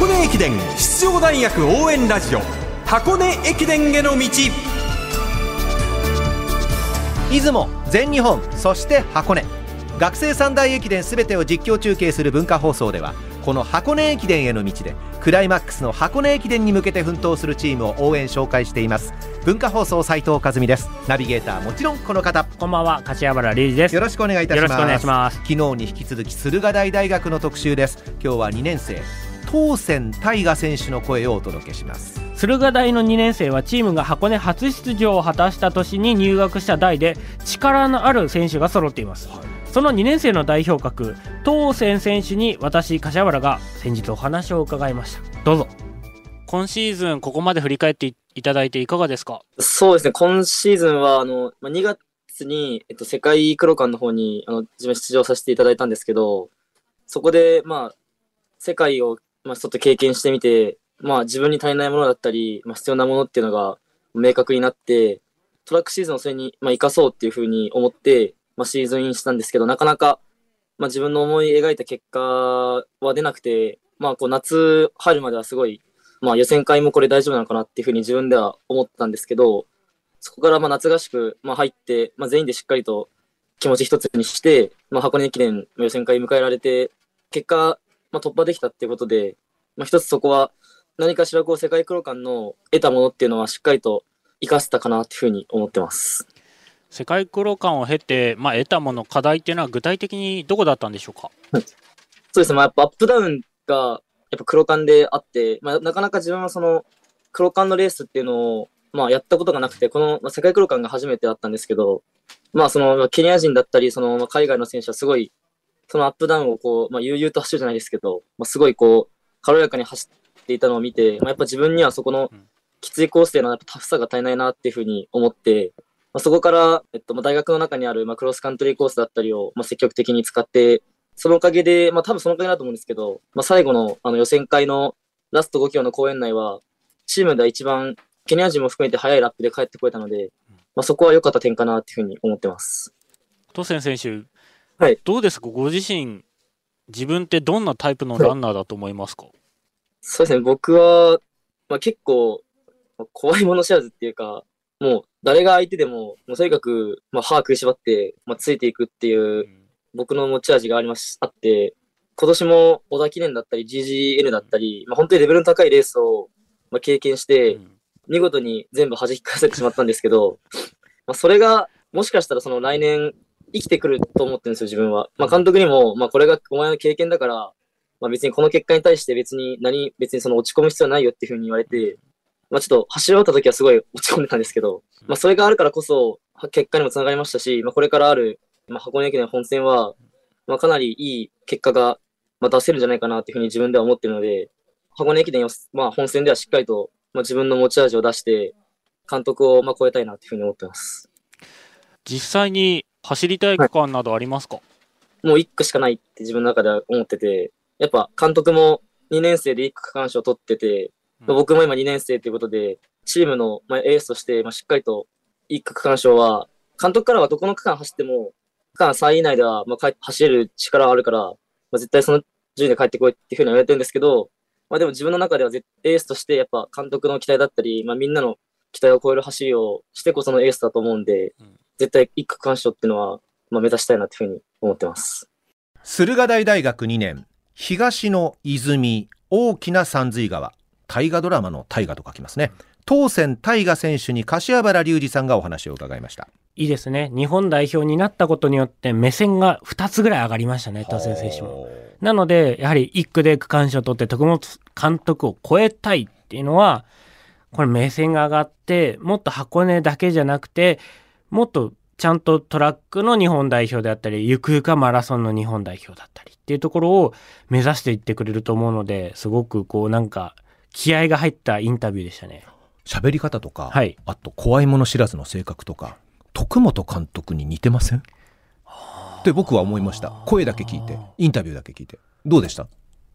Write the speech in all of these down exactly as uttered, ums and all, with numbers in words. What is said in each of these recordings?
箱根駅伝出場大学応援ラジオ、箱根駅伝への道。 出雲、全日本、そして箱根、学生三大駅伝すべてを実況中継する文化放送では、この箱根駅伝への道でクライマックスの箱根駅伝に向けて奮闘するチームを応援紹介しています。文化放送斉藤和美です。ナビゲーターもちろんこの方。 こんばんは、柏原隆二です。 よろしくお願いいたします。 よろしくお願いします。 昨日に引き続き駿河台大学の特集です。今日はにねん生当選大河選手の声をお届けします。 駿河台のにねん生はチームが箱根初出場を果たした年に入学した代で力のある選手が揃っています、はい。そのにねん生の代表格当選選手に私柏原が先日お話を伺いました。どうぞ。今シーズンここまで振り返っていただいていかがですか？ そうですね、今シーズンはあのにがつに、えっと、世界クロカンの方にあの自分出場させていただいたんですけど、そこでまあ世界を、まあ、ちょっと経験してみて、まあ、自分に足りないものだったり、まあ、必要なものっていうのが明確になって、トラックシーズンをそれに、まあ、生かそうっていうふうに思って、まあ、シーズンインしたんですけど、なかなか、まあ、自分の思い描いた結果は出なくて、まあ、こう夏入るまではすごい、まあ、予選会もこれ大丈夫なのかなっていうふうに自分では思ったんですけど、そこからまあ夏合宿、まあ、入って、まあ、全員でしっかりと気持ち一つにして、まあ、箱根駅伝予選会迎えられて、結果、まあ、突破できたっていうことで、まあ、一つそこは何かしらこう世界クロカンの得たものっていうのはしっかりと生かせたかなっていうふうに思ってます。 世界クロカンを経て、まあ、得たもの、課題っていうのは具体的にどこだったんでしょうか？ そうですね、まあ、やっぱアップダウンがやっぱクロカンであって、まあ、なかなか自分はそのクロカンのレースっていうのを、まあ、やったことがなくて、この、まあ、世界クロカンが初めてだったんですけど、まあ、そのケニア人だったりその、まあ、海外の選手はすごいそのアップダウンをこう、まあ、悠々と走るじゃないですけど、まあ、すごいこう軽やかに走っていたのを見て、まあ、やっぱ自分にはそこのきついコースでのやっぱタフさが足りないなっていうふうに思って、まあ、そこから、えっと、まあ大学の中にある、まあ、クロスカントリーコースだったりを、まあ、積極的に使って、そのおかげで、まあ、多分そのおかげだと思うんですけど、まあ、最後のあの予選会のラストごキロの公園内は、チームでは一番ケニア人も含めて速いラップで帰ってこれたので、まあ、そこは良かった点かなっていうふうに思ってます。 当選選手、 はい、 どうですか？ご自身、自分ってどんなタイプのランナーだと思いますか？はい、 そうですね、僕は、まあ、結構怖いもの知らずっていうか、もう誰が相手でも、もうとにかく、まあ、歯食いしばって、まあ、ついていくっていう僕の持ち味がありましあって、今年も小田記念だったり ジージーエヌ だったり、まあ、本当にレベルの高いレースを、まあ、経験して、見事に全部弾き返されてしまったんですけど、まあ、それがもしかしたらその来年生きてくると思ってるんですよ、自分は。まあ、監督にも、まあ、これがお前の経験だから、まあ、別にこの結果に対して別に何、別にその落ち込む必要ないよっていうふうに言われて、まあ、ちょっと走り終わった時はすごい落ち込んでたんですけど、まあ、それがあるからこそ結果にもつながりましたし、まあ、これからある、まあ、箱根駅伝本戦は、まあ、かなりいい結果がまあ出せるんじゃないかなっていうふうに自分では思っているので、箱根駅伝を、まあ、本戦ではしっかりと、まあ、自分の持ち味を出して監督をまあ超えたいなというふうに思ってます。 実際に走りたい区間などありますか？はい、 もういっ区しかないって自分の中では思ってて、やっぱ監督もにねん生でいっ区区間賞を取ってて、うん、僕も今にねん生ということで、チームのエースとして、まあ、しっかりといっ区区間賞は、監督からはどこの区間走っても、区間さんい以内ではまあ走れる力はあるから、まあ、絶対その順位で帰ってこいっていうふうに言われてるんですけど、まあ、でも自分の中ではエースとしてやっぱ監督の期待だったり、まあ、みんなの期待を超える走りをしてこそのエースだと思うんで、うん、絶対いっ区区間賞っていうのは、まあ、目指したいなというふうに思ってます。 駿河台大学にねん、東の泉、大きな山水川、大河ドラマの大河と書きますね。当選大河選手に柏原隆二さんがお話を伺いました。 いいですね。日本代表になったことによって目線がふたつぐらい上がりましたね、当選選手も。なのでやはりいっ区で区間賞を取って徳本監督を超えたいっていうのは、これ目線が上がって、もっと箱根だけじゃなくて、もっとちゃんとトラックの日本代表であったり、ゆくゆくはマラソンの日本代表だったりっていうところを目指していってくれると思うので、すごくこうなんか気合が入ったインタビューでしたね。 喋り方とか、 はい、 あと怖いもの知らずの性格とか、徳本監督に似てませんって僕は思いました。声だけ聞いて、インタビューだけ聞いて。どうでした？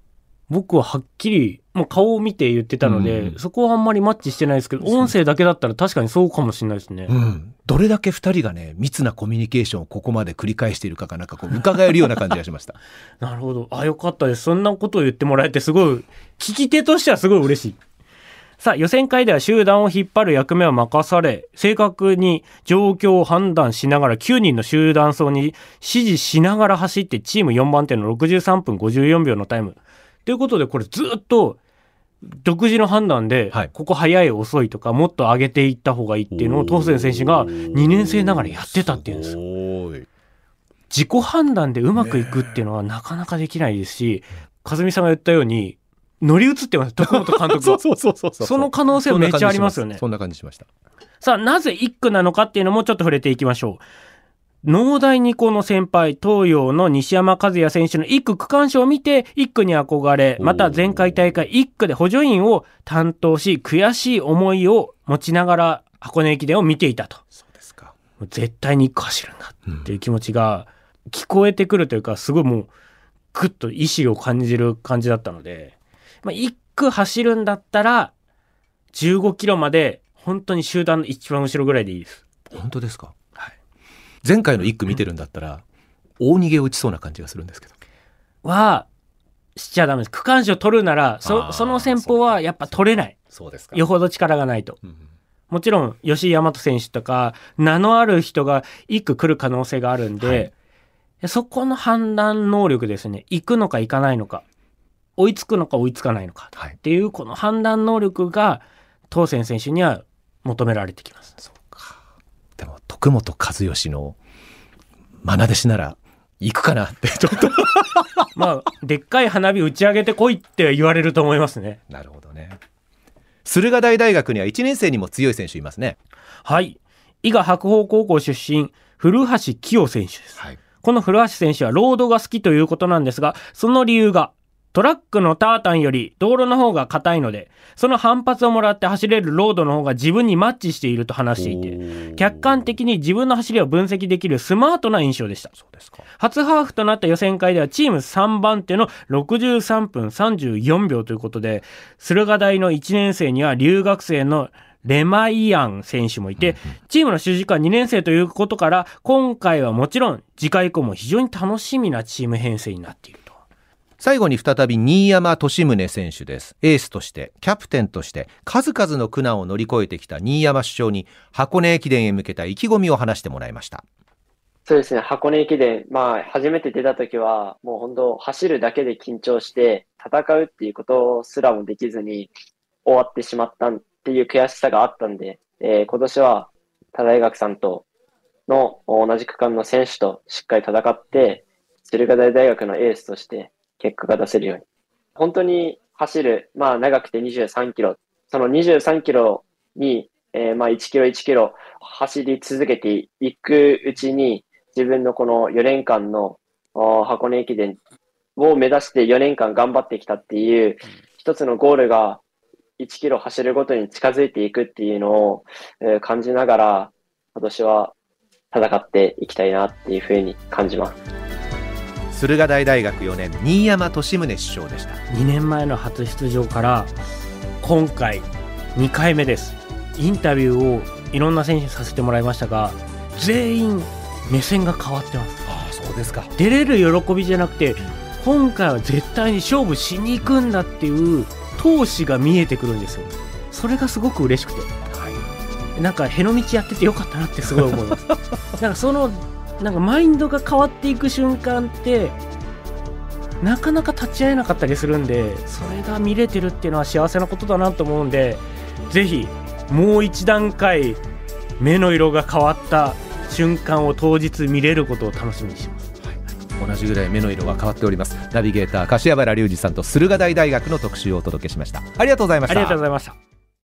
僕ははっきりもう顔を見て言ってたので、うん、そこはあんまりマッチしてないですけど、音声だけだったら確かにそうかもしれないですね、 うん、どれだけふたりがね密なコミュニケーションをここまで繰り返しているかがなんかこう伺えるような感じがしましたなるほど、あ、よかったです。そんなことを言ってもらえてすごい聞き手としてはすごい嬉しい。さあ予選会では集団を引っ張る役目を任され、正確に状況を判断しながらきゅうにんの集団走に指示しながら走ってチームよんばんてのろくじゅうさんぷんごじゅうよんびょうのタイムということで、これずっと独自の判断で、はい、ここ早い遅いとかもっと上げていった方がいいっていうのを当選選手がにねん生ながらやってたっていうんですよ。自己判断でうまくいくっていうのはなかなかできないですし、和美さんが言ったように乗り移ってます、徳本監督はそうそうそうそう、その可能性めっちゃありますよね。 そんな感じしました。 さあなぜいっ区なのかっていうのもちょっと触れていきましょう。農大二高の先輩東洋の西山和也選手のいっ区区間賞を見ていっ区に憧れ、また前回大会いっ区で補助員を担当し悔しい思いを持ちながら箱根駅伝を見ていたと。 そうですか。 絶対にいっ区走るんだっていう気持ちが聞こえてくるというか、すごいもうグッと意志を感じる感じだったので、まあ、いっ区走るんだったらじゅうごキロまで本当に集団の一番後ろぐらいでいいです。 本当ですか。はい、前回のいっ区見てるんだったら大逃げを打ちそうな感じがするんですけどはしちゃダメです。区間賞取るなら そ, その戦法はやっぱ取れない。 そうですか。 よほど力がないと、うん、もちろん吉井大和選手とか名のある人がいっ区来る可能性があるんで、はい、そこの判断能力ですね。行くのか行かないのか、追いつくのか追いつかないのかっていうこの判断能力が当選選手には求められてきます。 そうか。でも徳本一義の愛弟子なら行くかなってちょっとまあでっかい花火打ち上げてこいって言われると思いますね。 なるほどね。駿河台大学にはいちねん生にも強い選手いますね。 はい、伊賀白鵬高校出身古橋清選手です、はい、この古橋選手はロードが好きということなんですが、その理由がトラックのタータンより道路の方が硬いので、その反発をもらって走れるロードの方が自分にマッチしていると話していて、客観的に自分の走りを分析できるスマートな印象でした。そうですか。初ハーフとなった予選会ではチームさんばんてのろくじゅうさんぷんさんじゅうよんびょうということで、駿河大のいちねん生には留学生のレマイアン選手もいて、チームの主軸はにねん生ということから、今回はもちろん次回以降も非常に楽しみなチーム編成になっている。 最後に再び新山利宗選手です。エースとしてキャプテンとして数々の苦難を乗り越えてきた新山主将に箱根駅伝へ向けた意気込みを話してもらいました。 そうですね、箱根駅伝、まあ初めて出た時はもう本当走るだけで緊張して戦うっていうことすらもできずに終わってしまったっていう悔しさがあったんで、えー、今年は他大学さんとの同じ区間の選手としっかり戦って駿河台大学のエースとして結果が出せるように。本当に走る、まあ長くてにじゅうさんキロ。そのにじゅうさんキロに、えー、まあいちキロいちキロ走り続けていくうちに、自分のこのよねんかんの箱根駅伝を目指してよねんかん頑張ってきたっていう一つのゴールがいちキロ走るごとに近づいていくっていうのを、えー、感じながら、今年は戦っていきたいなっていうふうに感じます。 駿河台大学よねん新山利宗主将でした。 にねんまえの初出場から今回にかいめです。インタビューをいろんな選手にさせてもらいましたが、全員目線が変わってます。 ああ、そうですか。 出れる喜びじゃなくて、今回は絶対に勝負しに行くんだっていう闘志が見えてくるんですよ。それがすごく嬉しくて、はい、なんかへの道やっててよかったなってすごい思いますなんかそのなんかマインドが変わっていく瞬間ってなかなか立ち会えなかったりするんで、それが見れてるっていうのは幸せなことだなと思うんで、ぜひもう一段階目の色が変わった瞬間を当日見れることを楽しみにしてます、 はい、同じぐらい目の色が変わっております。ナビゲーター柏原隆二さんと駿河台大学の特集をお届けしました。ありがとうございました。 ありがとうございました。